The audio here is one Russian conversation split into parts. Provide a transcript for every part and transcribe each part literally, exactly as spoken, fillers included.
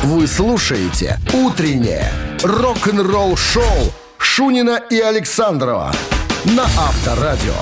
Вы слушаете «Утреннее рок-н-ролл-шоу» Шунина и Александрова на Авторадио.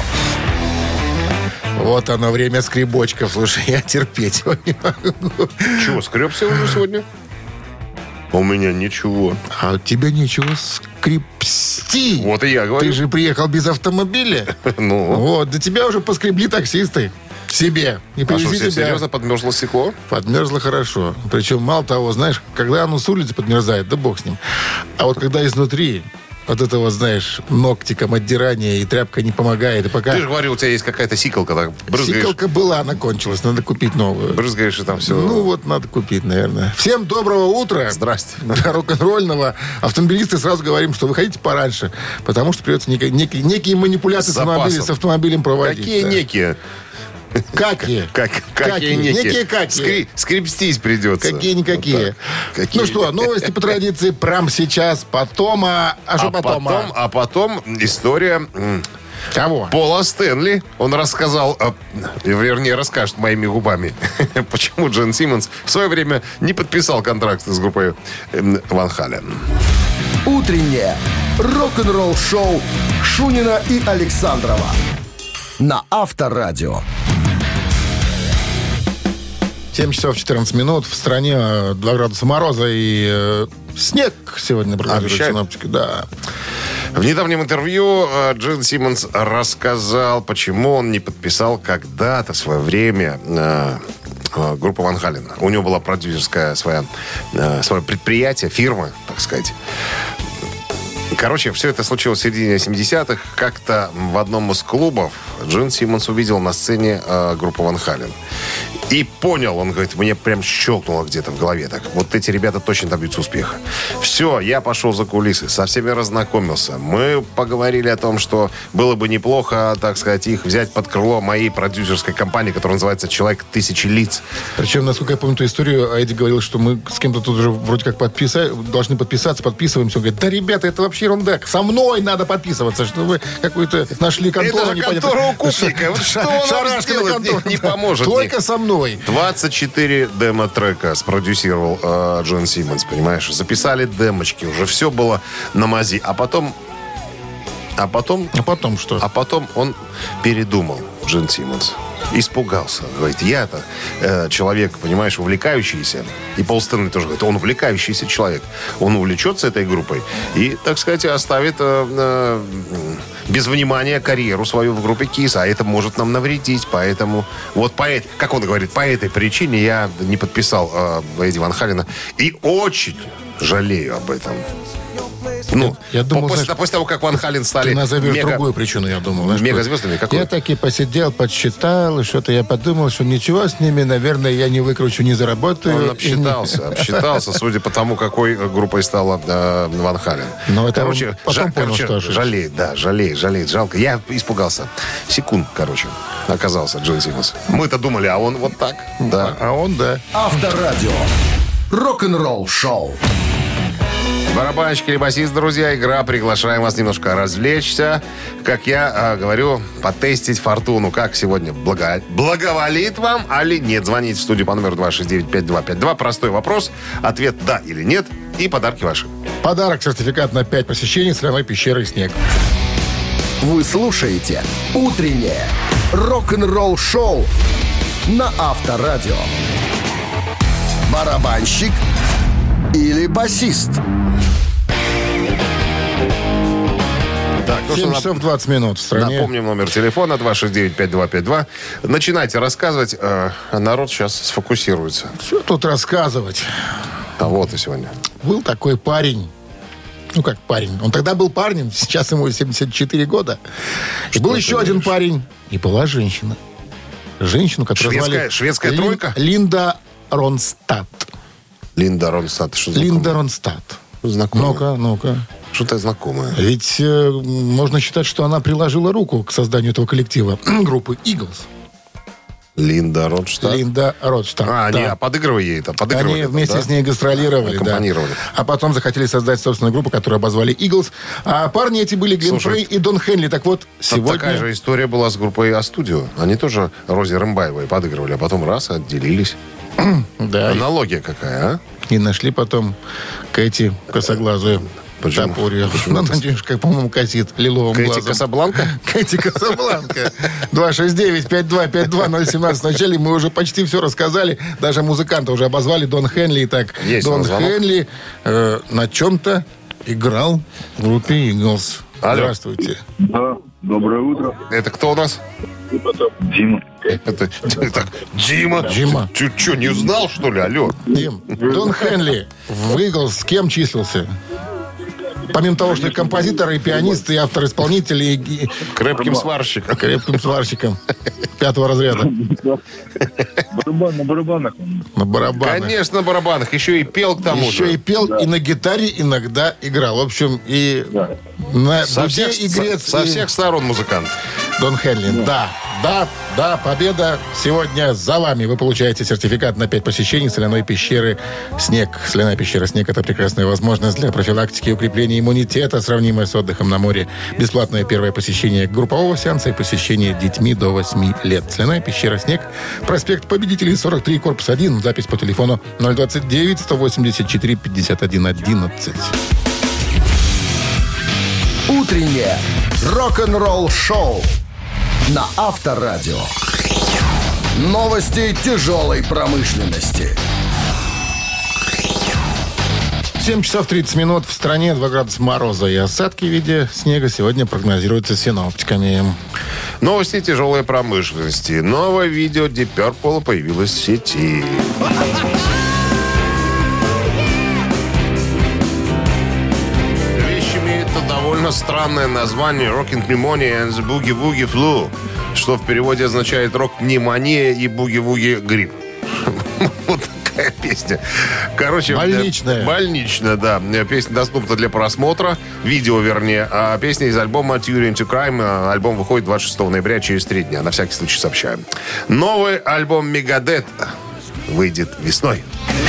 Вот оно, время скребочков. Слушай, я терпеть его не могу. Чего, скребся уже сегодня? У меня ничего. А у тебя нечего скребсти. Вот и я говорю. Ты же приехал без автомобиля. Ну. Вот, до тебя уже поскребли таксисты. Себе. И А что, привезли тебя. серьезно подмерзло стекло? Подмерзло хорошо. Причем, мало того, знаешь, когда оно с улицы подмерзает, да бог с ним. А вот когда изнутри, вот это вот, знаешь, ногтиком отдирание, и тряпка не помогает. И пока... Ты же говорил, у тебя есть какая-то сикалка. Так брызгаешь. Сикалка была, она кончилась. Надо купить новую. Брызгаешь, и там все... Ну вот, надо купить, наверное. Всем доброго утра. Здрасте. Для рок-н-ролльного. Автомобилисты сразу говорим, что выходите пораньше, потому что придется некие, некие, некие манипуляции с, автомобилем, с автомобилем проводить. Какие да. некие? Какие? Как, какие некие? Некие какие? Скри, скрепстись придется. Какие-никакие. Вот какие? Ну что, новости по традиции прямо сейчас, потом, а, а что а потом? потом? А потом история... Кого? Пола Стэнли. Он рассказал, вернее, расскажет моими губами, почему Джон Симмонс в свое время не подписал контракт с группой Ван Хален. Утреннее рок-н-ролл-шоу Шунина и Александрова на Авторадио. семь часов четырнадцать минут. В стране два градуса мороза и э, снег сегодня прогнозируют синоптики. Да. В недавнем интервью Джон Симмонс рассказал, почему он не подписал когда-то в свое время э, э, группу Ван Хален. У него была продюсерская своя, э, свое предприятие, фирма, так сказать. Короче, все это случилось в середине семидесятых. Как-то в одном из клубов Джон Симмонс увидел на сцене э, группу Ван Хален. И понял, он говорит, мне прям щелкнуло где-то в голове. Так, вот эти ребята точно добьются успеха. Все, я пошел за кулисы, со всеми разнакомился. Мы поговорили о том, что было бы неплохо, так сказать, их взять под крыло моей продюсерской компании, которая называется «Человек тысячи лиц». Причем, насколько я помню эту историю, Эдди говорил, что мы с кем-то тут уже вроде как подписать, должны подписаться, подписываемся. Он говорит, да, ребята, это вообще ерунда. Со мной надо подписываться, что вы какую-то нашли контору. Это же контора укупника. Вот что он вам сделает, не поможет. Только со мной. двадцать четыре демо-трека спродюсировал э, Джон Симмонс, понимаешь? Записали демочки, уже все было на мази. А потом... А потом... А потом что? А потом он передумал, Джон Симмонс. Испугался. Говорит, я-то э, человек, понимаешь, увлекающийся. И Пол Стэнли тоже говорит, он увлекающийся человек. Он увлечется этой группой и, так сказать, оставит э, э, без внимания карьеру свою в группе Kiss. А это может нам навредить. Поэтому, вот по этой, как он говорит, по этой причине я не подписал э, Эдди Ван Халена. И очень жалею об этом. Ну, я думал, после, знаешь, после того, как Ван Хален стали ты назовешь мега, другую причину, я думал. Знаешь, мегазвездами. Какую? Я таки посидел, подсчитал, и что-то я подумал, что ничего с ними, наверное, я не выкручу, не заработаю. Он обсчитался, обсчитался, судя по тому, какой группой стала э, Ван Хален. Но это короче, потом жа- понял, короче, что ошибся. жалеет, да, жалеет, жалеет, жалко. Я испугался. Секунд, короче, оказался Джон Симмонс. Мы-то думали, а он вот так, да. А он, да. Авторадио. Рок-н-ролл-шоу. Барабанщик или басист, друзья, игра. Приглашаем вас немножко развлечься. Как я э, говорю, потестить фортуну. Как сегодня благо... благоволит вам, али нет. Звоните в студию по номеру два шесть девять пять два пять два. Простой вопрос. Ответ да или нет. И подарки ваши. Подарок, сертификат на пять посещений соляной пещеры «Снег». Вы слушаете «Утреннее рок-н-ролл-шоу» на Авторадио. Барабанщик или басист? Так, ну семь что, часов двадцать минут в стране. напомним номер телефона два шесть девять пять два пять два. Начинайте рассказывать, э, а народ сейчас сфокусируется. Что тут рассказывать? А вот и сегодня. Был такой парень. Ну, как парень. Он тогда был парнем, сейчас ему семьдесят четыре года. И был еще ты один говоришь? парень. И была женщина. Женщину, которую Шведская- звали... шведская Лин- тройка? Линда Ронстадт. Линда Ронстадт. Что Линда Ронстадт. знакомое? Ну-ка, ну-ка. Что-то знакомое. Ведь э, можно считать, что она приложила руку к созданию этого коллектива группы Eagles. Линда Ронстадт. Линда Ронстадт. А, они да. а подыгрывали ей это, подыгрывали. Они это, вместе да? с ней гастролировали, да. Аккомпанировали. А потом захотели создать собственную группу, которую обозвали Eagles. А парни эти были Глен Слушай, Фрей и Дон Хенли. Так вот, Там сегодня... такая же история была с группой А-студио. Они тоже Рози Рымбаевой подыгрывали, а потом раз, отделились. Да, Аналогия какая, а? И нашли потом Кэти косоглазую. Почему? Топорью. Ну, девушка, по-моему, косит лиловым Кэти глазом. Касабланка? Кэти Касабланка. два шесть девять пять два пять два ноль один семь. Вначале мы уже почти все рассказали. Даже музыканта уже обозвали. Дон Хенли. Итак, Есть Дон звонок. Хенли э, на чем-то играл в группе Eagles. Алло. Здравствуйте. Да, доброе утро. Это кто у нас? Дима. Это, так, Дима. Дима. Ты что, не узнал, что ли? Алло. Дим, Дон Хенли в Eagles с кем числился? Помимо того, что и композитор, и пианист, и автор-исполнитель, и, и Крепким сварщиком. крепким сварщиком пятого разряда Барабан на барабанах. на барабанах. Конечно, на барабанах. Еще и пел к тому Еще же. и пел, и на гитаре иногда играл. В общем, и Да. на Со дуде всех, игрец. со, со и всех сторон музыкант. Дон Хенли. Да, да, да, победа сегодня за вами. Вы получаете сертификат на пять посещений соляной пещеры «Снег». Соляная пещера «Снег» — это прекрасная возможность для профилактики и укрепления иммунитета, сравнимая с отдыхом на море. Бесплатное первое посещение группового сеанса и посещение детьми до восьми лет. Соляная пещера «Снег», проспект Победителей, сорок три, корпус один. Запись по телефону ноль двадцать девять сто восемьдесят четыре пятьдесят один одиннадцать. Утреннее рок-н-ролл-шоу на Авторадио. Новости тяжелой промышленности. семь часов тридцать минут. В стране два градуса мороза и осадки в виде снега сегодня прогнозируются синоптиками. Новости тяжелой промышленности. Новое видео Deep Purple появилось в сети. Вещь имеет довольно странное название Rockin' Pneumonia and the Boogie Woogie Flu, что в переводе означает рок-пневмония и буги-вуги грипп. Вот такая песня. Короче, Больничная. э, Больничная, да. Песня доступна для просмотра. Видео, вернее. А песня из альбома Turing to Crime. Альбом выходит двадцать шестого ноября, через три дня. На всякий случай сообщаем. Новый альбом Megadeth выйдет весной.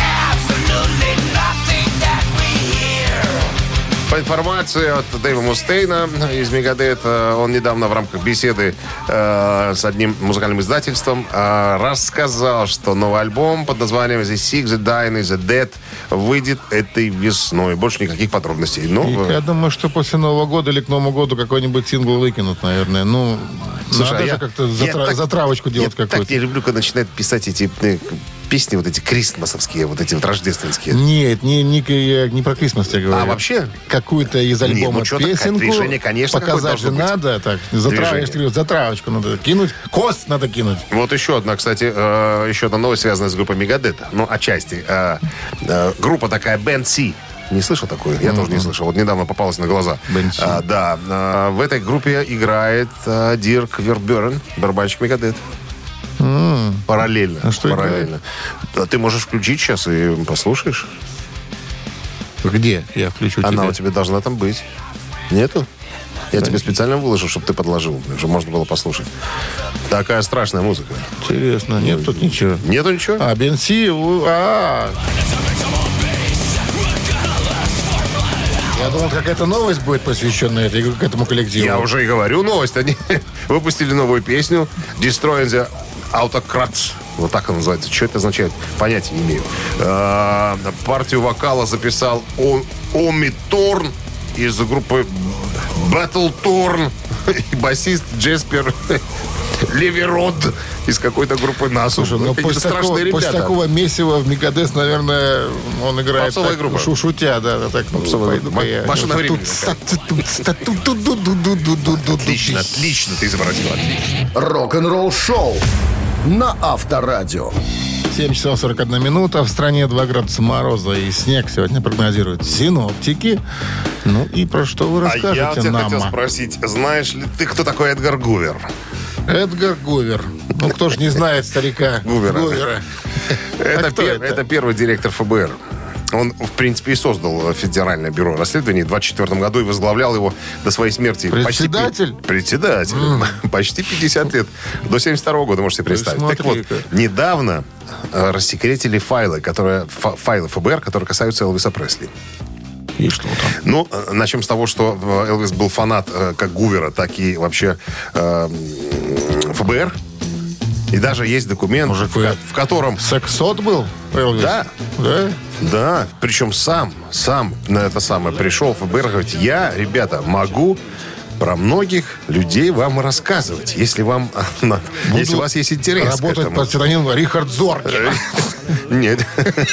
По информации от Дэйва Мустейна из Megadeth, он недавно в рамках беседы э, с одним музыкальным издательством э, рассказал, что новый альбом под названием The Sick, The Dying and The Dead выйдет этой весной. Больше никаких подробностей. Ну, И я думаю, что после Нового года или к Новому году какой-нибудь сингл выкинут, наверное. Ну, слушай, надо а же я- как-то я затра- так- затравочку делать я так какую-то. не люблю, когда начинают писать эти э, песни, вот эти крисмасовские, вот эти вот рождественские. Нет, не, не, я не про Крисмас я говорю. А вообще? Какую-то из альбома ну что-то, песенку движение, конечно, показать какое-то же должно быть. надо. Так, затрав- Движение. я же говорю, затравочку надо кинуть. Кост надо кинуть. Вот еще одна, кстати, э, еще одна новость, связанная с группой Megadeth. Ну, отчасти. Э, э, группа такая Band C. Не слышал такую? Я тоже не слышал. Вот недавно попалась на глаза. Band C. А, да. э, в этой группе играет э, Дирк Верберн, барабанщик Megadeth. Параллельно. А что параллельно. Да, ты можешь включить сейчас и послушаешь. Где я включу Она тебя? у тебя должна там быть. Нету? Я тебе специально выложил, чтобы ты подложил, чтобы можно было послушать. Такая страшная музыка. Интересно. Нет тут ничего. Нету ничего? А, Бенси, у- а. Я думал, какая-то новость будет посвященная этой- к этому коллективу. Я уже и говорю новость. Они выпустили новую песню Destroying the Autocrats. Вот так она называется. Что это означает? Понятия не имею. А, партию вокала записал О- Оми Торн из группы Battle Torn и басист Джеспер Леверод из какой-то группы Насу. Слушай, ну, Это после, страшные такого, ребята. после такого месива в Мегадес, наверное, он играет Попсовая так, группа. шушутя, да, да, так, ну, Попсовая пойду-ка группа. я. Машина времени Тут такая. ста- тут ста- тут- тут- тут- тут- тут- тут- тут- тут- Отлично, отлично ты изобразил. Отлично. Рок-н-ролл-шоу на Авторадио. семь часов сорок одна минута. В стране два градуса мороза и снег сегодня прогнозируют синоптики. Ну и про что вы А расскажете я у тебя нам? хотел спросить, знаешь ли ты, кто такой Эдгар Гувер? Эдгар Гувер. Ну, кто же не знает старика Гувера. Гувера. Это, А кто пер- это? это первый директор эф бэ эр. Он, в принципе, и создал Федеральное бюро расследований в двадцать четвёртом году и возглавлял его до своей смерти. Председатель? Почти, пи- председатель. Почти пятьдесят лет. До семьдесят второго года, можете себе представить. Так вот, смотри-ка. недавно э, рассекретили файлы, которые, фа- файлы эф бэ эр, которые касаются Элвиса Пресли. И что там? Ну, э, начнем с того, что э, Элвис был фанат э, как Гувера, так и вообще э, эф бэ эр. И даже есть документ, Может, в, ко- в котором... Сексот был, Элвис? Да. Да? Да, причем сам, сам на это самое пришел в ФБР, говорит, я, ребята, могу про многих людей вам рассказывать, если вам, если у вас есть интерес к Работает этому. под псевдонимом Рихард Зоркин. Нет.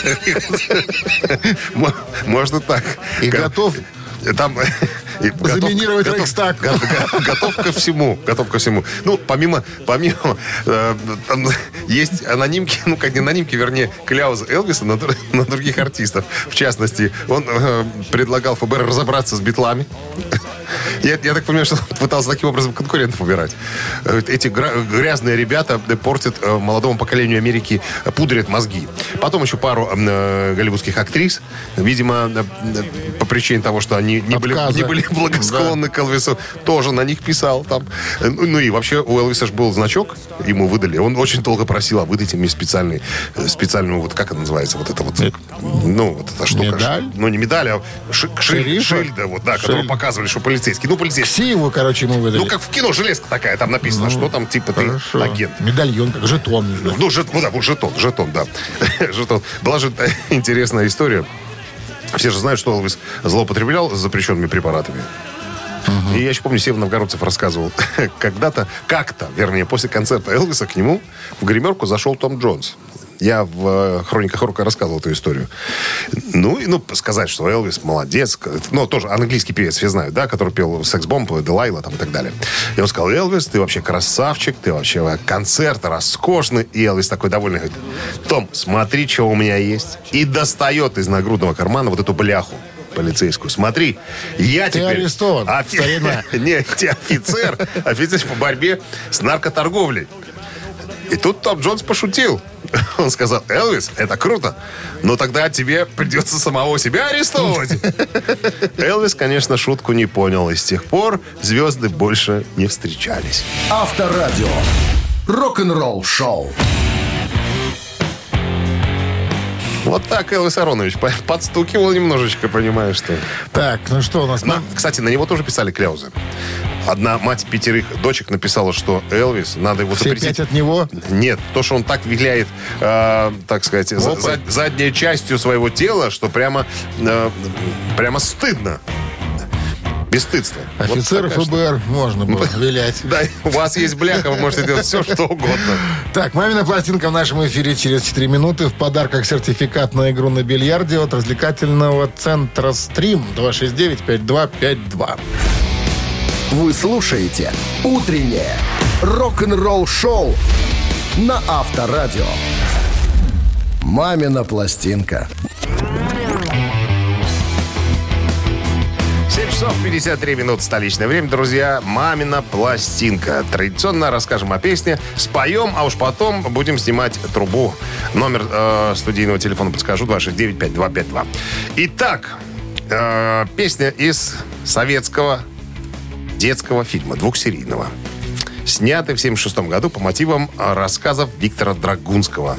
Можно так. И готов Там... И заминировать готов, Рейхстаг. Готов, готов, готов ко всему. Готов ко всему. Ну, помимо, помимо э, там есть анонимки, ну, как не анонимки, вернее, кляузы Элвиса на, на других артистов. В частности, он э, предлагал ФБР разобраться с битлами. Я, я так понимаю, что он пытался таким образом конкурентов убирать. Эти грязные ребята портят молодому поколению Америки, пудрят мозги. Потом еще пару э, голливудских актрис. Видимо, э, по причине того, что они не были, не были благосклонны да. к Элвису, тоже на них писал. Там. Ну и вообще у Элвиса же был значок, ему выдали. Он очень долго просил, а выдайте мне специальный, специальную, вот как это называется, вот это вот, это, ну, вот эта штука. Медаль? Ну, не медаль, а ши, шиль, шильда, вот, да, которую показывали, что полицейский. Ну, полицейский. Ксиву, короче, ему выдали. Ну, как в кино, железка такая, там написано, ну, что там, типа, хорошо. ты агент. Медальон, как жетон. Да. Ну, жет, ну, да, вот жетон, жетон, да. жетон. Была же интересная история. Все же знают, что Элвис злоупотреблял запрещенными препаратами. Угу. И я еще помню, Сева Новгородцев рассказывал, когда-то, как-то, вернее, после концерта Элвиса к нему в гримерку зашел Том Джонс. Я в «Хрониках рока» рассказывал эту историю. Ну, и, ну, сказать, что Элвис молодец. Ну, тоже английский певец, все знают, да, который пел «Секс-бомб», «Делайла» там и так далее. И он сказал, Элвис, ты вообще красавчик, ты вообще концерт роскошный. И Элвис такой довольный, говорит, Том, смотри, что у меня есть. И достает из нагрудного кармана вот эту бляху полицейскую. Смотри, я ты теперь... арестован, Офи... старина. Нет, ты офицер, офицер по борьбе с наркоторговлей. И тут Том Джонс пошутил. Он сказал, Элвис, это круто, но тогда тебе придется самого себя арестовывать. Элвис, конечно, шутку не понял, и с тех пор звезды больше не встречались. Авторадио. Рок-н-ролл шоу. Вот так Элвис Аронович подстукивал немножечко, понимаешь, что... Так, ну что у нас... На, кстати, на него тоже писали кляузы. Одна мать пятерых дочек написала, что Элвис, надо его Все запретить. пять от него? Нет, то, что он так виляет, э, так сказать, за, за, задней частью своего тела, что прямо, э, прямо стыдно. Бесстыдство. Офицер вот ФБР можно было вилять. Да, у вас есть бляха, вы можете делать все, что угодно. Так, «Мамина пластинка» в нашем эфире через четыре минуты. В подарках сертификат на игру на бильярде от развлекательного центра «Стрим». два шесть девять пять два пять два. Вы слушаете «Утреннее рок-н-ролл-шоу» на Авторадио. «Мамина пластинка». семь часов пятьдесят три минуты столичное время, друзья. «Мамина пластинка». Традиционно расскажем о песне, споем, а уж потом будем снимать трубу. Номер э, студийного телефона подскажу, два шесть девять пять два пять два. Итак, э, песня из советского детского фильма, двухсерийного. Снятый в семьдесят шестом году по мотивам рассказов Виктора Драгунского.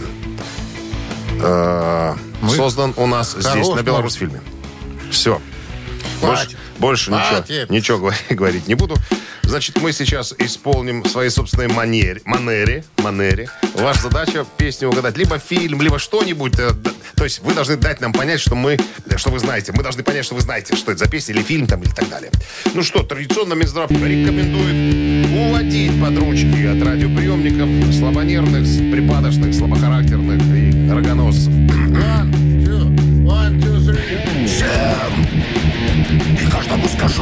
Э, создан у нас здесь, на Беларусьфильме. Все. Больше, больше ничего, ничего говорить, говорить не буду. Значит, мы сейчас исполним в своей собственной манере, манере, манере. Ваша задача песню угадать. Либо фильм, либо что-нибудь. То есть вы должны дать нам понять, что мы, что вы знаете. Мы должны понять, что вы знаете, что это за песня, или фильм там, или так далее. Ну что, традиционно Минздрав рекомендует уводить под ручки от радиоприемников слабонервных, припадочных, слабохарактерных и рогоносцев. One, two, one, two, three. Всем и каждому скажу,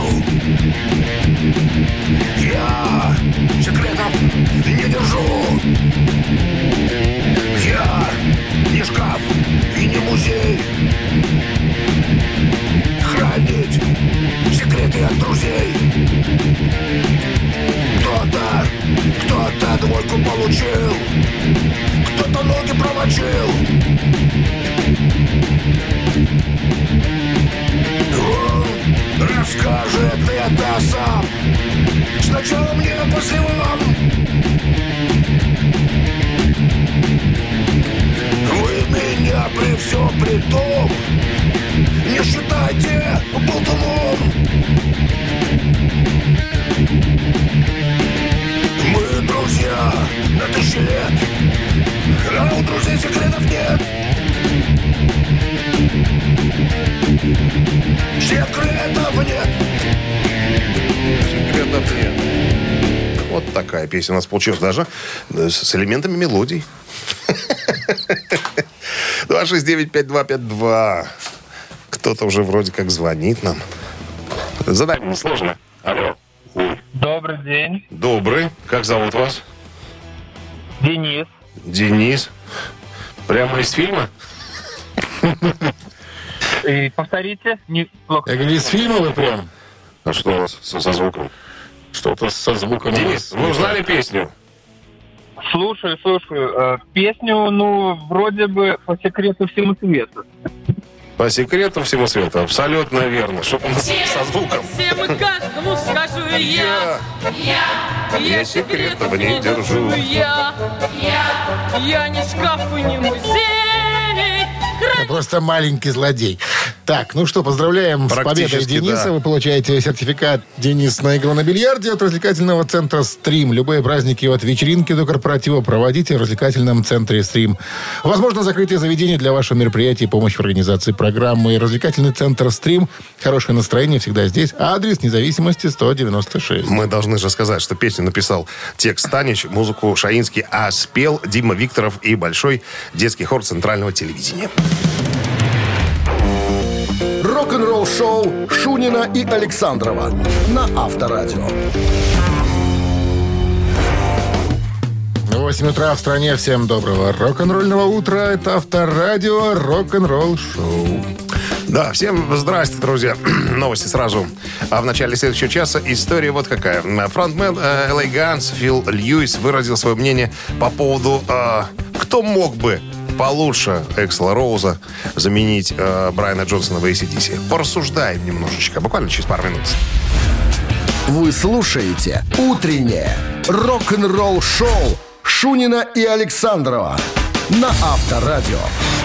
я секретов не держу. Я не шкаф и не музей. Хранить секреты от друзей. Кто-то, кто-то двойку получил, кто-то ноги промочил. Он расскажет это сам. Сначала мне, после вам. Вы меня при всем при том не считайте болтуном. Мы друзья на тысячи лет. А у друзей секретов нет. Секретов нет. Секретов нет. Вот такая песня у нас получилась даже с элементами мелодий. два шесть девять пять два пять два. Кто-то уже вроде как звонит нам. Задание несложно. Алло. Добрый день. Добрый. Как зовут вас? Денис. Денис. Прямо из фильма? И повторите. Не, плохо. Я говорю, из фильма вы прям? А что у вас со, со звуком? Что-то со звуком. Денис, вы узнали песню? Слушаю, слушаю. Э, песню, ну, вроде бы по секрету всему свету. По секрету всему свету. Абсолютно верно. Чтоб у нас со звуком. Всем и каждому скажу я. Я, Я секретов не держу. Я, я, я не шкаф и не музей. Это просто маленький злодей. Так, ну что, поздравляем с победой Практически, Дениса. да. Вы получаете сертификат «Денис на игру на бильярде» от развлекательного центра «Стрим». Любые праздники от вечеринки до корпоратива проводите в развлекательном центре «Стрим». Возможно, закрытие заведений для вашего мероприятия и помощь в организации программы. Развлекательный центр «Стрим». Хорошее настроение всегда здесь. Адрес Независимости сто девяносто шесть. Мы должны же сказать, что песню написал текст Станич, музыку Шаинский, а спел Дима Викторов и большой детский хор Центрального телевидения. Рок-н-ролл-шоу Шунина и Александрова на Авторадио. восемь утра в стране. Всем доброго рок-н-ролльного утра. Это Авторадио Рок-н-ролл-шоу. Да, всем здрасте, друзья. Новости сразу. А в начале следующего часа история вот какая. Фронтмен э, эл эй Guns Фил Льюис выразил свое мнение по поводу, э, кто мог бы получше Эксла Роуза заменить э, Брайана Джонсона в эй си ди си. Порассуждаем немножечко, буквально через пару минут. Вы слушаете «Утреннее рок-н-ролл-шоу» Шунина и Александрова на Авторадио.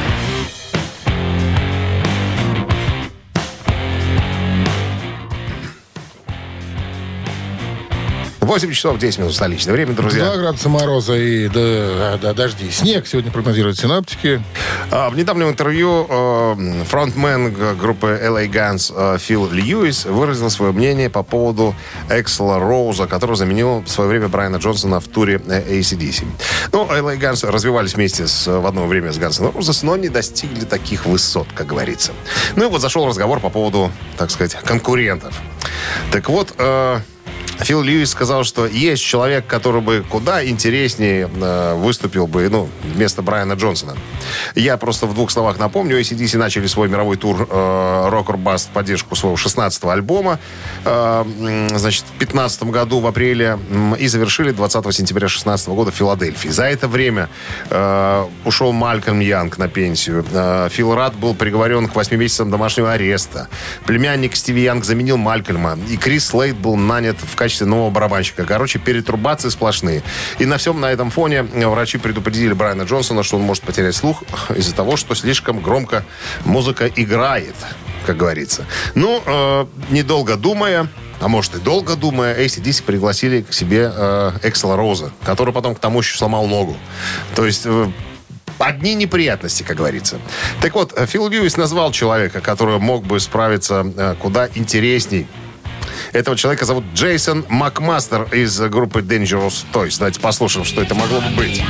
восемь часов десять минут столичное время, друзья. два градуса мороза и да, да, дожди. Снег сегодня прогнозируют синоптики. А, в недавнем интервью э, фронтмен группы эл эй Guns э, Фил Льюис выразил свое мнение по поводу Эксла Роуза, который заменил в свое время Брайана Джонсона в туре эй си ди си. Ну, эл эй Guns развивались вместе с, в одно время с Guns N' Roses, но не достигли таких высот, как говорится. Ну и вот зашел разговор по поводу, так сказать, конкурентов. Так вот, э, Фил Льюис сказал, что есть человек, который бы куда интереснее э, выступил бы, ну, вместо Брайана Джонсона. Я просто в двух словах напомню. эй си ди си начали свой мировой тур э, Rock or Bust в поддержку своего шестнадцатого альбома, э, значит, в пятнадцатом году в апреле э, и завершили двадцатого сентября шестнадцатого года в Филадельфии. За это время э, ушел Малькольм Янг на пенсию. Э, Фил Радд был приговорен к восьми месяцам домашнего ареста. Племянник Стиви Янг заменил Малькольма. И Крис Слейд был нанят в качестве нового барабанщика. Короче, перетрубации сплошные. И на всем на этом фоне врачи предупредили Брайана Джонсона, что он может потерять слух из-за того, что слишком громко музыка играет, как говорится. Ну, э, недолго думая, а может и долго думая, эй си ди си пригласили к себе э, Эксла Роуза, который потом к тому еще сломал ногу. То есть... Э, Одни неприятности, как говорится. Так вот, Фил Льюис назвал человека, который мог бы справиться э, куда интересней. Этого человека зовут Джейсон Макмастер из группы Dangerous Toys. Давайте послушаем, что это могло бы быть.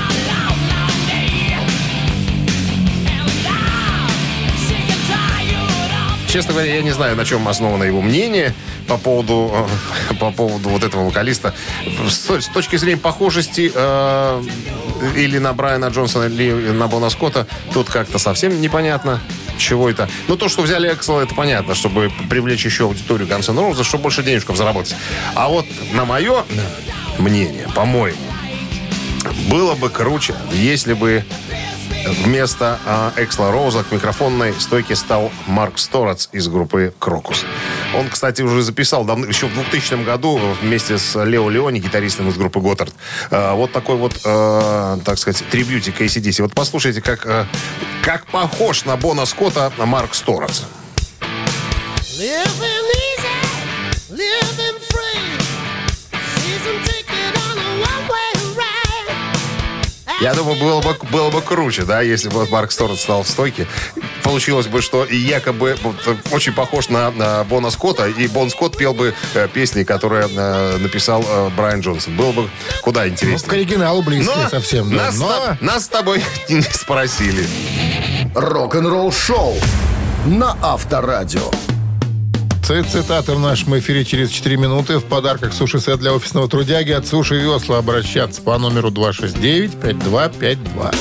Честно говоря, я не знаю, на чем основано его мнение по поводу, э, по поводу вот этого вокалиста. С, с точки зрения похожести э, или на Брайана Джонсона, или на Бона Скотта, тут как-то совсем непонятно, чего это. Ну, то, что взяли Эксла, это понятно, чтобы привлечь еще аудиторию Guns N' Roses, чтобы больше денежков заработать. А вот на мое мнение, по-моему, было бы круче, если бы вместо э, Эксла Роуза к микрофонной стойке стал Марк Сторац из группы Крокус. Он, кстати, уже записал давно, еще в двухтысячном году вместе с Лео Леони, гитаристом из группы Готард, э, вот такой вот, э, так сказать, трибьютик эй си ди си. Вот послушайте, как, э, как похож на Бона Скотта Марк Сторац. Я думаю, было бы, было бы круче, да, если бы Марк Сторн стал в стойке. Получилось бы, что якобы вот, очень похож на, на Бона Скотта, и Бон Скотт пел бы э, песни, которые э, написал э, Брайан Джонсон. Было бы куда интереснее. Ну, к оригиналу близкие Но совсем. Да. Нас, Но... с, нас с тобой не спросили. Рок-н-ролл шоу на Авторадио. Цитаты в нашем эфире через четыре минуты. В подарках суши-сет для офисного трудяги от Суши Весла. Обращаться по номеру два шесть девять пять два пять два.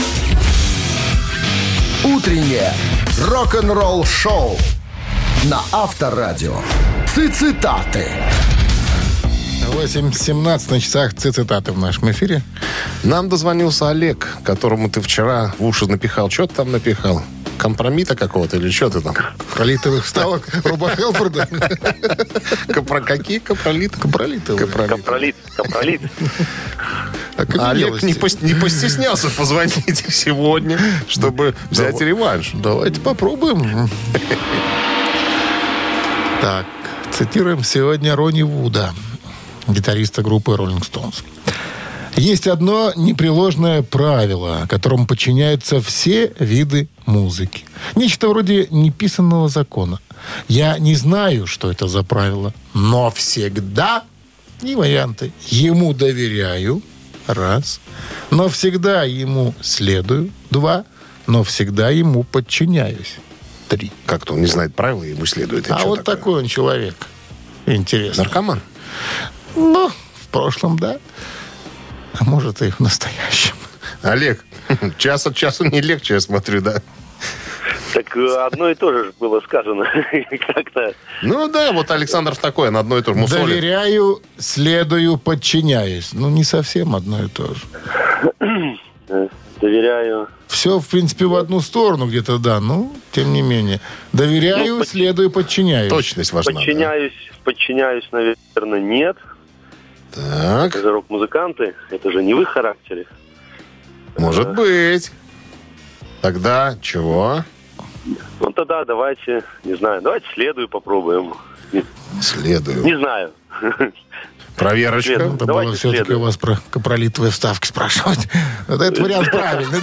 Утреннее рок-н-ролл шоу на Авторадио. Цитаты. восемь семнадцать на часах цитаты в нашем эфире. Нам дозвонился Олег, которому ты вчера в уши напихал. Что ты там напихал? Компромита какого-то или что ты там? Пролитовых вставок Руба Хелфорда. Про какие капролиты? Капролитовые. Капролит, капролит. Олег не, пос- не постеснялся позвонить сегодня, чтобы взять реванш. Давайте попробуем. Так, цитируем сегодня Ронни Вуда, гитариста группы Rolling Stones. Есть одно непреложное правило, которому подчиняются все виды музыки. Нечто вроде неписанного закона. Я не знаю, что это за правило, но всегда, не варианты, ему доверяю, раз, но всегда ему следую, два, но всегда ему подчиняюсь, три. Как-то он не знает правила, ему следует. А вот такой он человек. Интересно. Наркоман? Ну, в прошлом, да. А может, и в настоящем. Олег, час от часу не легче, я смотрю, да? Так одно и то же было сказано. Как-то. Ну да, вот Александр такой, на одно и то же. Мусолит. Доверяю, следую, подчиняюсь. Ну, не совсем одно и то же. Доверяю. Все, в принципе, в одну сторону где-то, да. Ну, тем не менее. Доверяю, Ну, под- следую, подчиняюсь. Точность важна. Подчиняюсь, подчиняюсь, наверное, нет. Да? Так, Это же рок-музыканты. Это же не в их характере. может быть. Тогда чего? Ну тогда давайте, не знаю, давайте следую попробуем. Не, Следую. не знаю. Проверочка. Следую. Надо Давайте было все-таки следуем. у вас про капролитовые вставки спрашивать. Вот этот вариант правильный.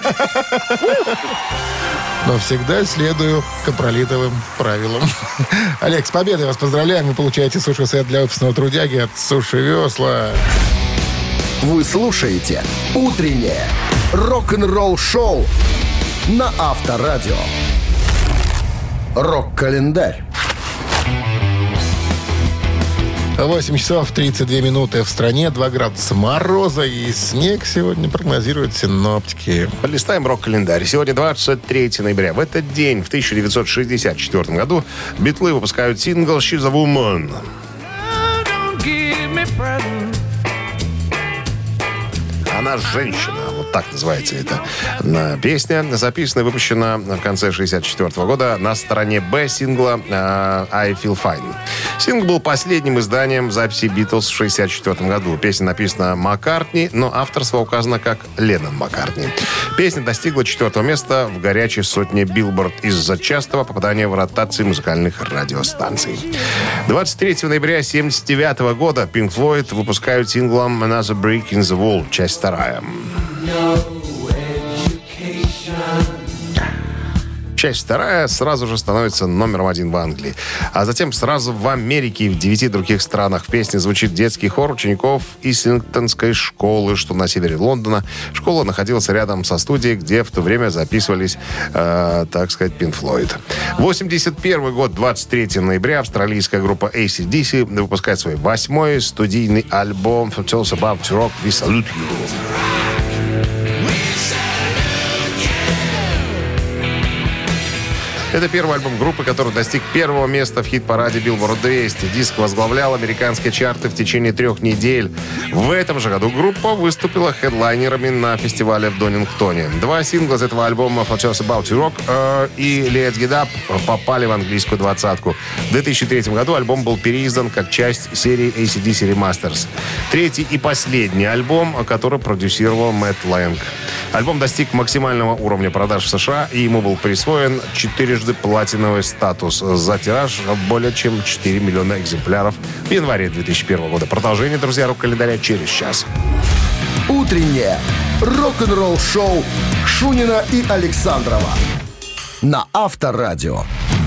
Но всегда следую капролитовым правилам. Олег, с победой вас поздравляем. Вы получаете суши-сет для офисного трудяги от Суши Весла. Вы слушаете «Утреннее рок-н-ролл-шоу» на Авторадио. Рок-календарь. восемь часов тридцать две минуты в стране, два градуса мороза и снег сегодня прогнозируют синоптики. Полистаем рок-календарь. Сегодня двадцать третьего ноября. В этот день, в тысяча девятьсот шестьдесят четвёртом году, Битлы выпускают сингл «She's a Woman». Она женщина. Вот так называется эта э, песня. Записана и выпущена в конце шестьдесят четвёртого года на стороне «Б» сингла э, «I Feel Fine». Сингл был последним изданием записи «Битлз» в шестьдесят четвёртом году. Песня написана Маккартни, но авторство указано как Леннон Маккартни. Песня достигла четвертого места в горячей сотне Билборд из-за частого попадания в ротации музыкальных радиостанций. двадцать третьего ноября тысяча девятьсот семьдесят девятого года Pink Floyd выпускают синглом «Another Brick in the Wall», часть вторая. Часть вторая сразу же становится номером один в Англии. А затем сразу в Америке и в девяти других странах в песне звучит детский хор учеников Ислингтонской школы, что на севере Лондона. Школа находилась рядом со студией, где в то время записывались, э, так сказать, Pink Floyd. восемьдесят первый год, двадцать третьего ноября, австралийская группа эй си ди си выпускает свой восьмой студийный альбом «For Those About to Rock, We Salute You». Это первый альбом группы, который достиг первого места в хит-параде Billboard двести. Диск возглавлял американские чарты в течение трех недель. В этом же году группа выступила хедлайнерами на фестивале в Донингтоне. Два сингла из этого альбома «For Just About to Rock» э, и «Let's Get Up» попали в английскую двадцатку. В две тысячи третьем году альбом был переиздан как часть серии эй си ди си Remasters. Третий и последний альбом, который продюсировал Мэтт Лэнг. Альбом достиг максимального уровня продаж в США, и ему был присвоен четырежды платиновый статус за тираж более чем четыре миллиона экземпляров в январе две тысячи первого года. Продолжение, друзья, рок-календаря через час. Утреннее рок-н-ролл-шоу Шунина и Александрова на Авторадио.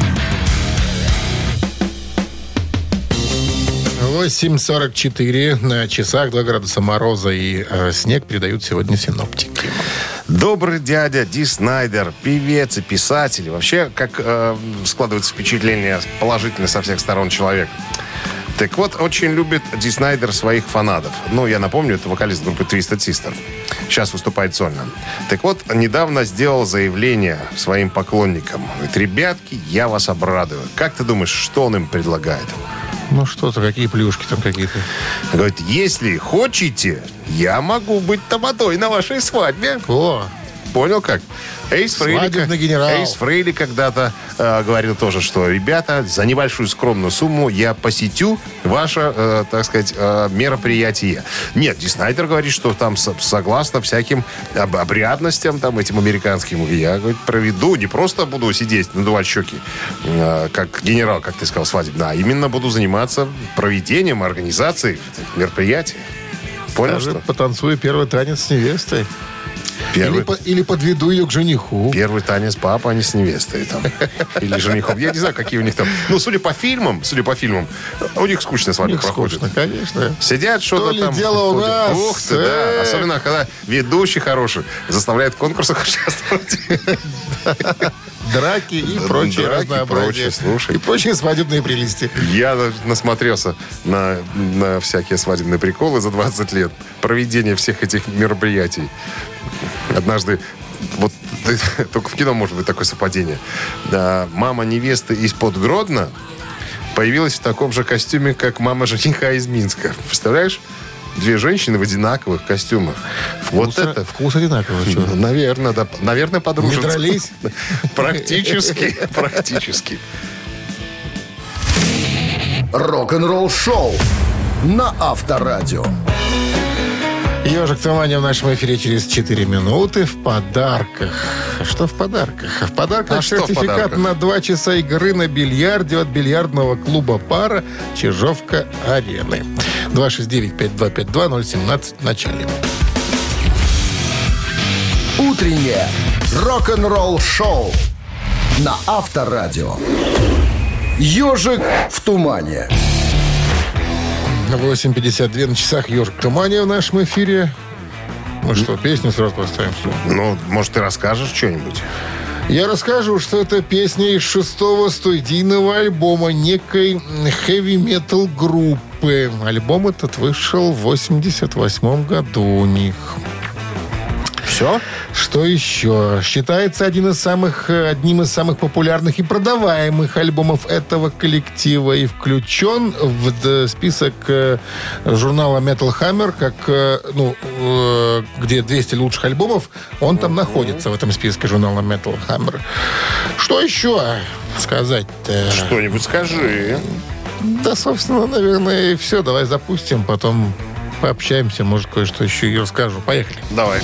восемь сорок четыре на часах, два градуса мороза и э, снег передают сегодня синоптики. Добрый дядя Ди Снайдер, певец и писатель. И вообще, как э, складывается впечатление положительное со всех сторон человека. Так вот, очень любит Ди Снайдер своих фанатов. Ну, я напомню, это вокалист группы Twisted Sister. Сейчас выступает сольно. Так вот, недавно сделал заявление своим поклонникам. Говорит, ребятки, я вас обрадую. Как ты думаешь, что он им предлагает? Ну что-то, какие плюшки там какие-то. Говорит, если хотите, я могу быть тамадой на вашей свадьбе. О, понял как? Эйс Фрейли, свадебный генерал. Эйс Фрейли когда-то э, говорил тоже, что, ребята, за небольшую скромную сумму я посетю ваше, э, так сказать, э, мероприятие. Нет, Ди Снайдер говорит, что там со- согласно всяким об- обрядностям там этим американским, я, говорит, проведу, не просто буду сидеть, надувать щеки, э, как генерал, как ты сказал, свадебный, а именно буду заниматься проведением, организацией мероприятия. Понял, даже что? потанцую первый танец с невестой. Первый, Или, по- или подведу ее к жениху. первый танец папа, а не с невестой там. Или женихом. Я не знаю, какие у них там. Ну, судя по фильмам, судя по фильмам, у них скучно с У вами них проходит. скучно, конечно. Сидят, что-то ли там. дело у ходят. нас? Ух ты, да. Эх. Особенно, когда ведущий хороший заставляет в конкурсах участвовать. Драки и прочее Драки, разнообразие. прочее, слушай. И прочие свадебные прелести. Я даже насмотрелся на, на всякие свадебные приколы за двадцать лет. Проведение всех этих мероприятий. Однажды, вот только в кино может быть такое совпадение. Да, мама невесты из-под Гродно появилась в таком же костюме, как мама жениха из Минска. Представляешь? Две женщины в одинаковых костюмах. Вкус, вот это... вкус одинаковый. Что? Ну, наверное, да. Наверное, подружатся. Не дрались? Практически. Практически. Рок-н-ролл-шоу на Авторадио. Ежик Тумани в нашем эфире через четыре минуты в подарках. Что в подарках? В подарках А что в сертификат подарках? на два часа игры на бильярде от бильярдного клуба «Пара» Чижовка-Арены. два шесть девять пять два пять два ноль семнадцать в начале. Утреннее рок-н-ролл-шоу на Авторадио. «Ежик в тумане». восемь пятьдесят два на часах «Ежик Тумани» в нашем эфире. Мы что, песню сразу поставим? Что? Ну, может, ты расскажешь что-нибудь? Я расскажу, что это песня из шестого студийного альбома некой хэви-метал группы. Альбом этот вышел в восемьдесят восьмом году у них. Все? Что еще? Считается один из самых, одним из самых популярных и продаваемых альбомов этого коллектива и включен в д- список э, журнала Metal Hammer, как, э, ну, э, где двести лучших альбомов, он там находится в этом списке журнала Metal Hammer. Что еще сказать-то? Что-нибудь скажи. Да, собственно, наверное, и все. Давай запустим, потом пообщаемся, может, кое-что еще и расскажу. Поехали. Давай.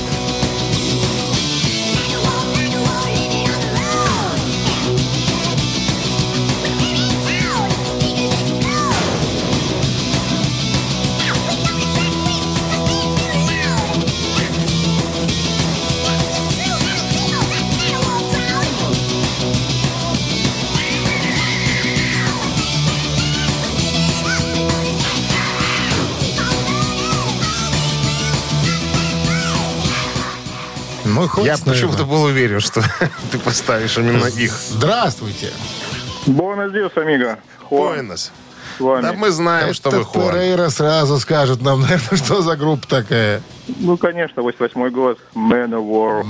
Ну, хватит, Я почему-то наверное. был уверен, что ты поставишь именно их. Здравствуйте. Buenos días, amigo. Хуан Буэнос. с вами. Да мы знаем, что Это вы Хуан. Перейра сразу скажет нам, наверное, что за группа такая. Ну, конечно, восемьдесят восьмой год. Man of War.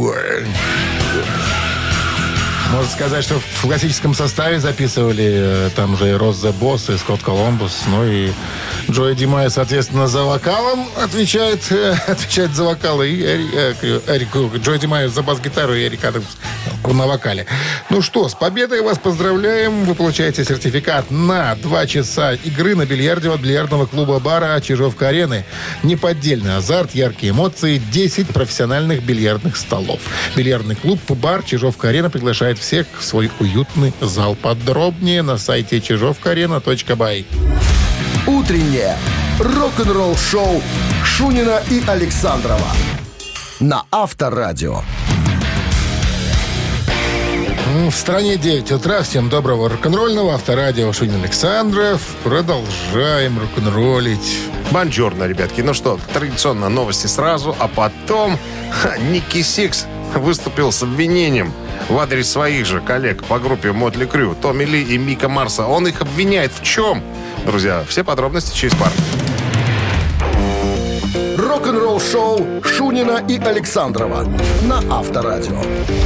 Можно сказать, что в классическом составе записывали э, там же и Росс зе Босс, и Скотт Коламбус, ну и Джои Димай, соответственно, за вокалом отвечает, э, отвечает за вокал, и Эри- э, Эрик, Джои Димай за бас-гитару, и Эрик Адамс на вокале. Ну что, с победой вас поздравляем. Вы получаете сертификат на два часа игры на бильярде от бильярдного клуба-бара Чижовка-Арены. Неподдельный азарт, яркие эмоции, десять профессиональных бильярдных столов. Бильярдный клуб-бар Чижовка-Арена приглашает всех в свой уютный зал. Подробнее на сайте чижовка арена точка бай. Утреннее рок-н-ролл-шоу Шунина и Александрова на Авторадио. В стране девять утра. Всем доброго рок-н-ролльного. Авторадио, Шунин Александров. Продолжаем рок-н-роллить. Бонжорно, ребятки. Ну что, традиционно новости сразу, а потом ха, Ники Сикс выступил с обвинением в адрес своих же коллег по группе Мотли Крю, Томми Ли и Мика Марса. Он их обвиняет в чем? Друзья, все подробности через пару. Рок-н-ролл шоу Шунина и Александрова на Авторадио.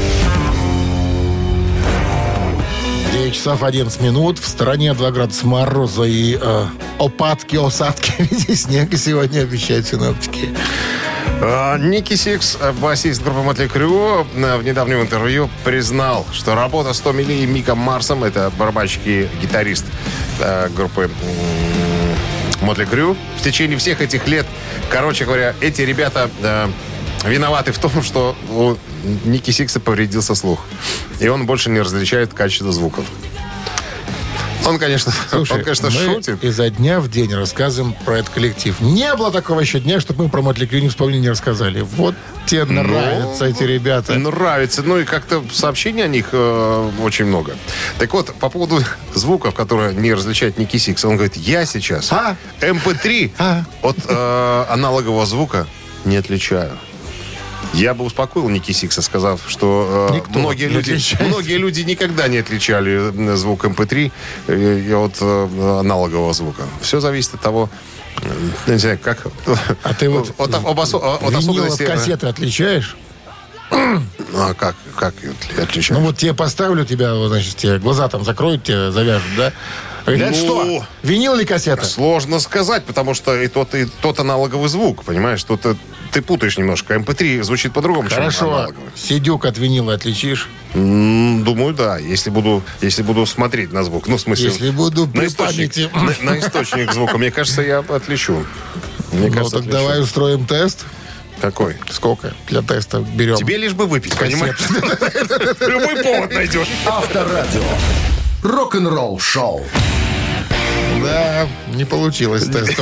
девять часов одиннадцать минут. В стороне два градуса мороза и э, опадки, осадки в виде снега сегодня обещают синоптики. Ники Сикс, басист группы Мотли Крю, в недавнем интервью признал, что работа с Томми Ли и Миком Марсом, это барабанщик и гитарист э, группы Мотли Крю, в течение всех этих лет, короче говоря, эти ребята э, виноваты в том, что у Ники Сикса повредился слух. И он больше не различает качество звуков. Он, конечно, Слушай, он, конечно мы шутит. изо дня в день рассказываем про этот коллектив. Не было такого еще дня, чтобы мы про Мотли Крю не вспомнили, не рассказали. Вот тебе нравятся эти ребята. Нравится. Ну и как-то сообщений о них э, очень много. Так вот, по поводу звуков, которые не различает Ники Сикс, он говорит, я сейчас А? эм пэ три А? от э, аналогового звука не отличаю. Я бы успокоил Ники Сикса, сказав, что э, многие, люди, многие люди никогда не отличали звук эм пэ три э, от э, аналогового звука. Все зависит от того, э, не знаю, как... А ты вот от, от, от, от винил от особенностей... кассеты отличаешь? Ну, а как, как отличаешь? Ну вот тебе поставлю тебя, вот, значит, тебе глаза там закроют, тебе завяжут, да? Говорят, Ну, что? Винил или кассета? Сложно сказать, потому что и тот, и тот аналоговый звук, понимаешь? Тут э, ты путаешь немножко. эм пэ три звучит по-другому, чем Хорошо. аналоговый. Сидюк от винила отличишь? М, Думаю, да. Если буду, если буду смотреть на звук. Ну, в смысле... Если буду на при источник, памяти. на, на источник звука. Мне кажется, я отличу. Мне Ну кажется, так отличу. давай устроим тест. Какой? Сколько для теста берем? Тебе лишь бы выпить, понимаешь? Любой повод найдешь. Авторадио. Рок-н-ролл шоу. Да, не получилось с тестом.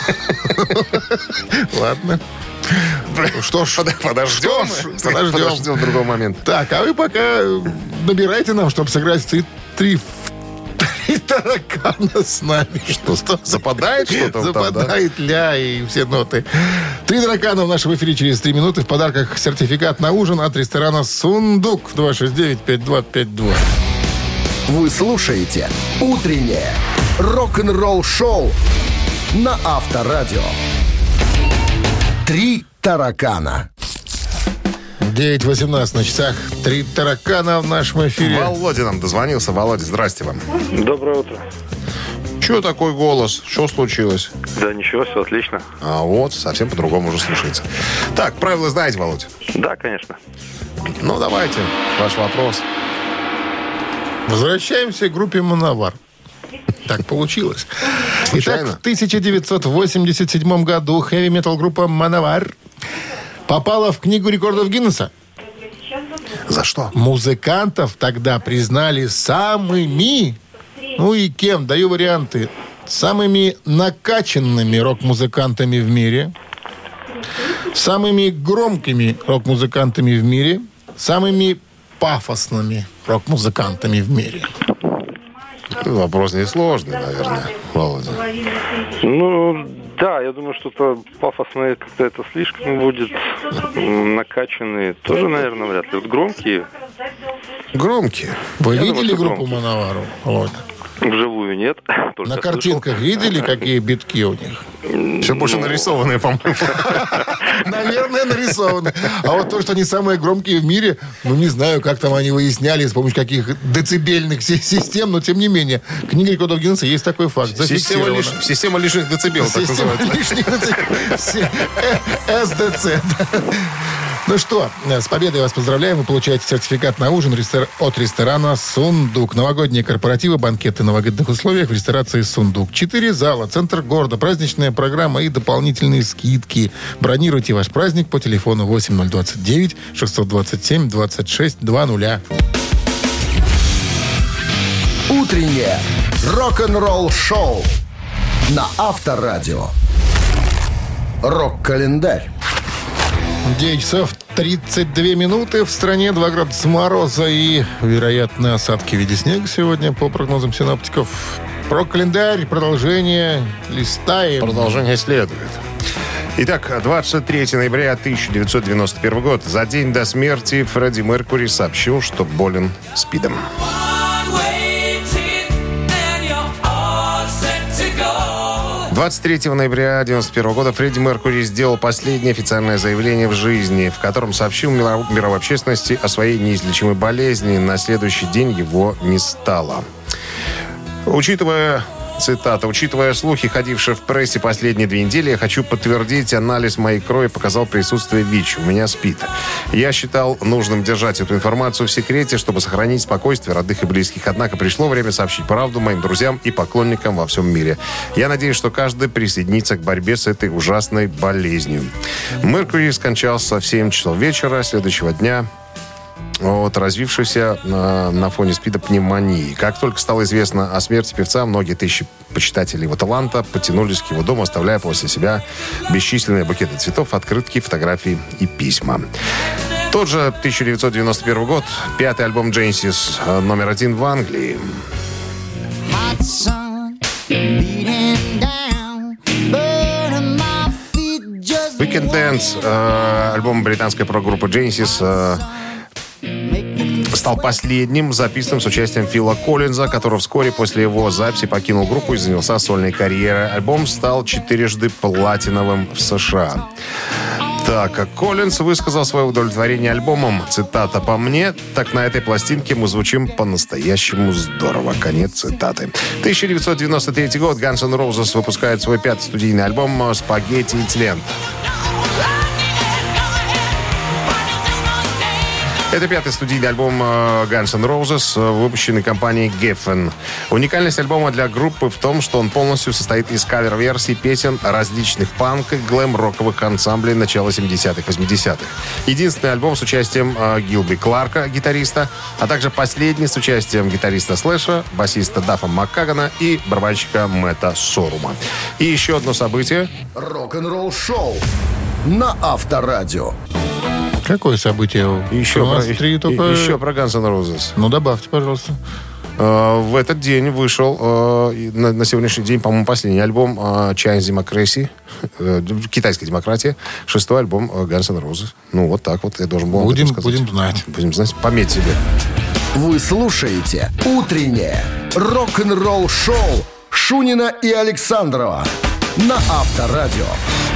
Ладно. Что ж, Подождем. Что ж, подождем. Подождем другого момента. Так, а вы пока набирайте нам, чтобы сыграть в три, три, три таракана с нами. Что, что? Западает что-то вот там, да? Западает ля и все ноты. Три таракана в нашем эфире через три минуты. В подарках сертификат на ужин от ресторана «Сундук». два шесть девять пять два пять два. Вы слушаете «Утреннее рок-н-ролл-шоу» на Авторадио. «Три таракана». девять восемнадцать на часах. Три таракана в нашем эфире. Володя нам дозвонился. Володя, здрасте вам. Доброе утро. Че такой голос? Что случилось? Да ничего, все отлично. А вот, совсем по-другому уже слушается. Так, правила знаете, Володя? Да, конечно. Ну, давайте, ваш вопрос. Возвращаемся к группе «Мановар». Так получилось. Случайно? Итак, в тысяча девятьсот восемьдесят седьмом году хэви-метал группа «Мановар» попала в Книгу рекордов Гиннесса. За что? Музыкантов тогда признали самыми, ну и кем, даю варианты, самыми накачанными рок-музыкантами в мире, самыми громкими рок-музыкантами в мире, самыми пафосными рок-музыкантами в мире. Вопрос несложный, наверное, Володя. Ну, да, я думаю, что-то пафосное как-то это слишком будет. М, Накачанные тоже, наверное, вряд ли. Вот громкие Громкие. Вы Я видели думаю, что группу громкие. «Мановару», Володя? вживую нет. Только На слышал. картинках видели, какие битки у них? Все больше нарисованные, по-моему. Наверное, нарисованы. А вот то, что они самые громкие в мире, ну, не знаю, как там они выясняли, с помощью каких децибельных си- систем, но, тем не менее, в Книге рекордов Гиннесса есть такой факт. Система, Зафиксировано. лиш- система лишних децибел, так Система называется. лишних децибел. Си- э- эс дэ цэ. да. Ну что, с победой вас поздравляем. Вы получаете сертификат на ужин рестор- от ресторана «Сундук». Новогодние корпоративы, банкеты в новогодних условиях в ресторации «Сундук». Четыре зала, центр города, праздничная программа и дополнительные скидки. Бронируйте ваш праздник по телефону восемь ноль двадцать девять шестьсот двадцать семь двадцать шесть двадцать. Утреннее рок-н-ролл-шоу на Авторадио. Рок-календарь. девять часов тридцать две минуты. В стране два градуса мороза и, вероятно, осадки в виде снега сегодня, по прогнозам синоптиков. Про календарь, продолжение листаем. Продолжение следует. Итак, двадцать третьего ноября тысяча девятьсот девяносто первого год. За день до смерти Фредди Меркьюри сообщил, что болен СПИДом. двадцать третьего ноября девяносто первого года Фредди Меркьюри сделал последнее официальное заявление в жизни, в котором сообщил мировой общественности о своей неизлечимой болезни. На следующий день его не стало. Учитывая... Цитата. «Учитывая слухи, ходившие в прессе последние две недели, я хочу подтвердить, анализ моей крови показал присутствие ВИЧ. У меня СПИД. Я считал нужным держать эту информацию в секрете, чтобы сохранить спокойствие родных и близких. Однако пришло время сообщить правду моим друзьям и поклонникам во всем мире. Я надеюсь, что каждый присоединится к борьбе с этой ужасной болезнью». Меркьюри скончался в семь часов вечера следующего дня от развившейся на, на фоне СПИДа пневмонии. Как только стало известно о смерти певца, многие тысячи почитателей его таланта потянулись к его дому, оставляя после себя бесчисленные букеты цветов, открытки, фотографии и письма. Тот же тысяча девятьсот девяносто первый год, пятый альбом Genesis, номер один в Англии. Weekend Dance, э, альбом британской прогруппы Genesis, э, стал последним записанным с участием Фила Коллинза, который вскоре после его записи покинул группу и занялся сольной карьерой. Альбом стал четырежды платиновым в США. Так, а Коллинз высказал свое удовлетворение альбомом. Цитата: «По мне, так на этой пластинке мы звучим по-настоящему здорово». Конец цитаты. тысяча девятьсот девяносто третий год. Guns N' Roses выпускает свой пятый студийный альбом «Спагетти It's Land». Это пятый студийный альбом Guns N' Roses, выпущенный компанией Geffen. Уникальность альбома для группы в том, что он полностью состоит из кавер-версий песен различных панк и глэм-роковых ансамблей начала семидесятых, восьмидесятых. Единственный альбом с участием Гилби Кларка, гитариста, а также последний с участием гитариста Слэша, басиста Даффа Маккагана и барабанщика Мэтта Сорума. И еще одно событие. Рок-н-ролл шоу на Авторадио. Какое событие? Еще про, три только... еще про Guns N' Roses. Ну, добавьте, пожалуйста. Uh, в этот день вышел uh, на, на сегодняшний день, по-моему, последний альбом uh, Chinese Democracy, uh, китайская демократия, шестой альбом uh, Guns N' Roses. Ну, вот так вот я должен был будем, сказать. Будем знать. Будем знать. Пометь себе. Вы слушаете «Утреннее рок-н-ролл-шоу» Шунина и Александрова на Авторадио.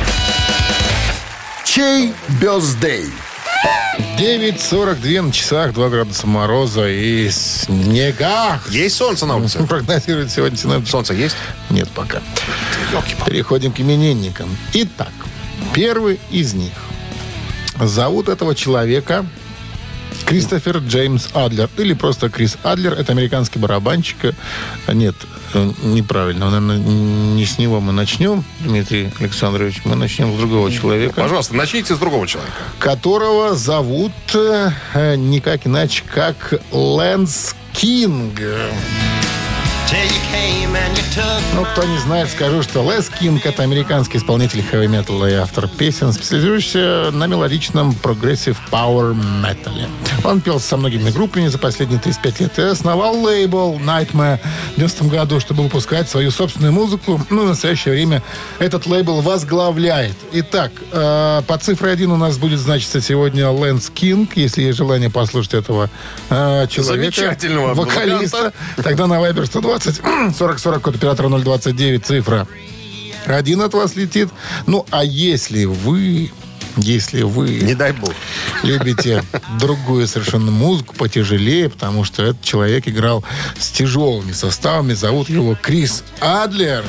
Чей бёздей? девять сорок два на часах, два градуса мороза и снега. Есть солнце на улице? Прогнозирует сегодня синоптик. Солнце есть? Нет пока. Переходим к именинникам. Итак, первый из них. Зовут этого человека Кристофер Джеймс Адлер. Или просто Крис Адлер. Это американский барабанщик. Нет, неправильно. Наверное, не с него мы начнем, Дмитрий Александрович. Мы начнем с другого человека. Пожалуйста, начните с другого человека. Которого зовут э, никак иначе, как Лэнс Кинг. Ну, кто не знает, скажу, что Лэс Кинг — это американский исполнитель хэви-металла и автор песен, специализирующийся на мелодичном прогрессив пауэр металле. Он пел со многими группами за последние тридцать пять лет и основал лейбл Nightmare в девяностом году, чтобы выпускать свою собственную музыку. Ну, в настоящее время этот лейбл возглавляет. Итак, э, по цифре один у нас будет значиться сегодня Лэнс Кинг, если есть желание послушать этого э, человека. Замечательного вокалиста. Тогда на Viber сто двадцать сорок сорок, код оператора ноль двадцать девять, цифра один от вас летит. Ну, а если вы, если вы... Не дай бог. Любите другую совершенно музыку, потяжелее, потому что этот человек играл с тяжелыми составами. Зовут его Крис Адлер.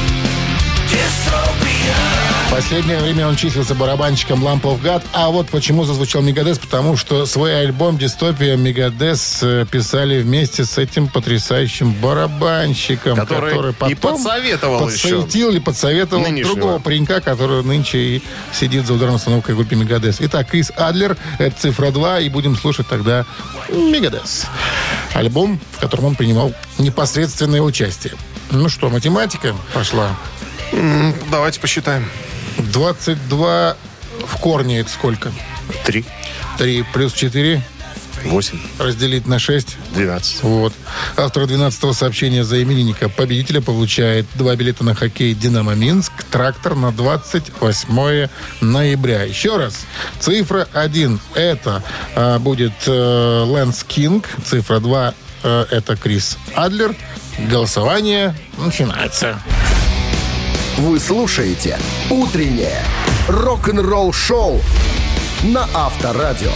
В последнее время он числился барабанщиком Lamb of God. А вот почему зазвучал Мегадес, потому что свой альбом «Дистопия» Мегадес писали вместе с этим потрясающим барабанщиком, который, который потом и подсоветовал подсветил или подсоветовал нынешнего. другого паренька, который нынче и сидит за ударной установкой в группе Мегадес. Итак, Крис Адлер, это цифра два, и будем слушать тогда Мегадес. Альбом, в котором он принимал непосредственное участие. Ну что, математика пошла? Mm, давайте посчитаем. двадцать два в корне это сколько? Три. Три плюс четыре. Восемь. Разделить на шесть. Двенадцать. Вот. Автор двенадцатого сообщения за именинника победителя получает два билета на хоккей «Динамо Минск», трактор на двадцать восьмое ноября. Еще раз. Цифра один это а, будет э, Лэнс Кинг. Цифра два э, это Крис Адлер. Голосование начинается. Вы слушаете «Утреннее рок-н-ролл-шоу» на Авторадио.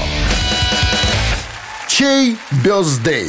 Чей бёздей?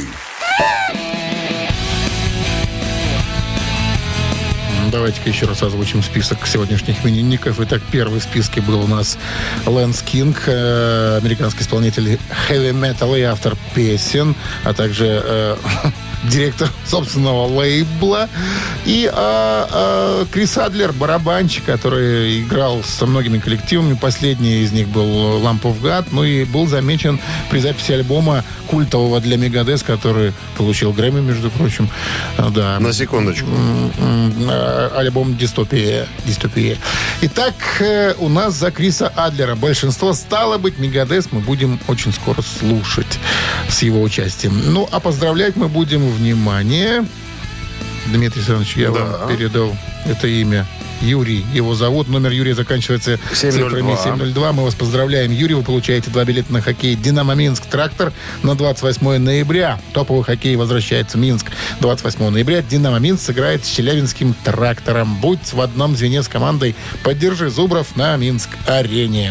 Давайте-ка еще раз озвучим список сегодняшних именинников. Итак, первый в списке был у нас Лэнс Кинг, э, американский исполнитель хэви-металла и автор песен, а также э, директор собственного лейбла. И а, а, Крис Адлер, барабанщик, который играл со многими коллективами. Последний из них был Lamb of God. Ну и был замечен при записи альбома культового для Мегадес, который получил Грэмми, между прочим. Да. На секундочку. Альбом «Дистопия». Дистопия. Итак, у нас за Криса Адлера большинство, стало быть, Мегадес мы будем очень скоро слушать с его участием. Ну, а поздравлять мы будем, внимание, Дмитрий Александрович, я да. вам передал это имя. Юрий, его зовут. Номер Юрия заканчивается цифрами семь ноль два. Мы вас поздравляем, Юрий. Вы получаете два билета на хоккей «Динамо Минск» трактор на двадцать восьмое ноября. Топовый хоккей возвращается в Минск. двадцать восьмого ноября «Динамо Минск» сыграет с Челябинским трактором. Будь в одном звене с командой. Поддержи Зубров на Минск-арене.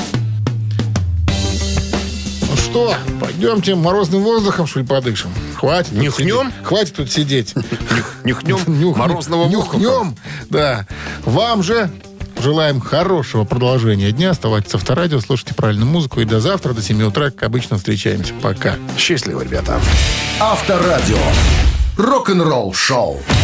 Ну что, пойдемте морозным воздухом, что ли, подышим? Хватит. Нюхнем? Хватит тут сидеть. Нюхнем Нюх, морозного воздуха. Нюхнем, да. Вам же желаем хорошего продолжения дня. Оставайтесь с Авторадио, слушайте правильную музыку. И до завтра, до семи утра, как обычно, встречаемся. Пока. Счастливо, ребята. Авторадио. Рок-н-ролл шоу.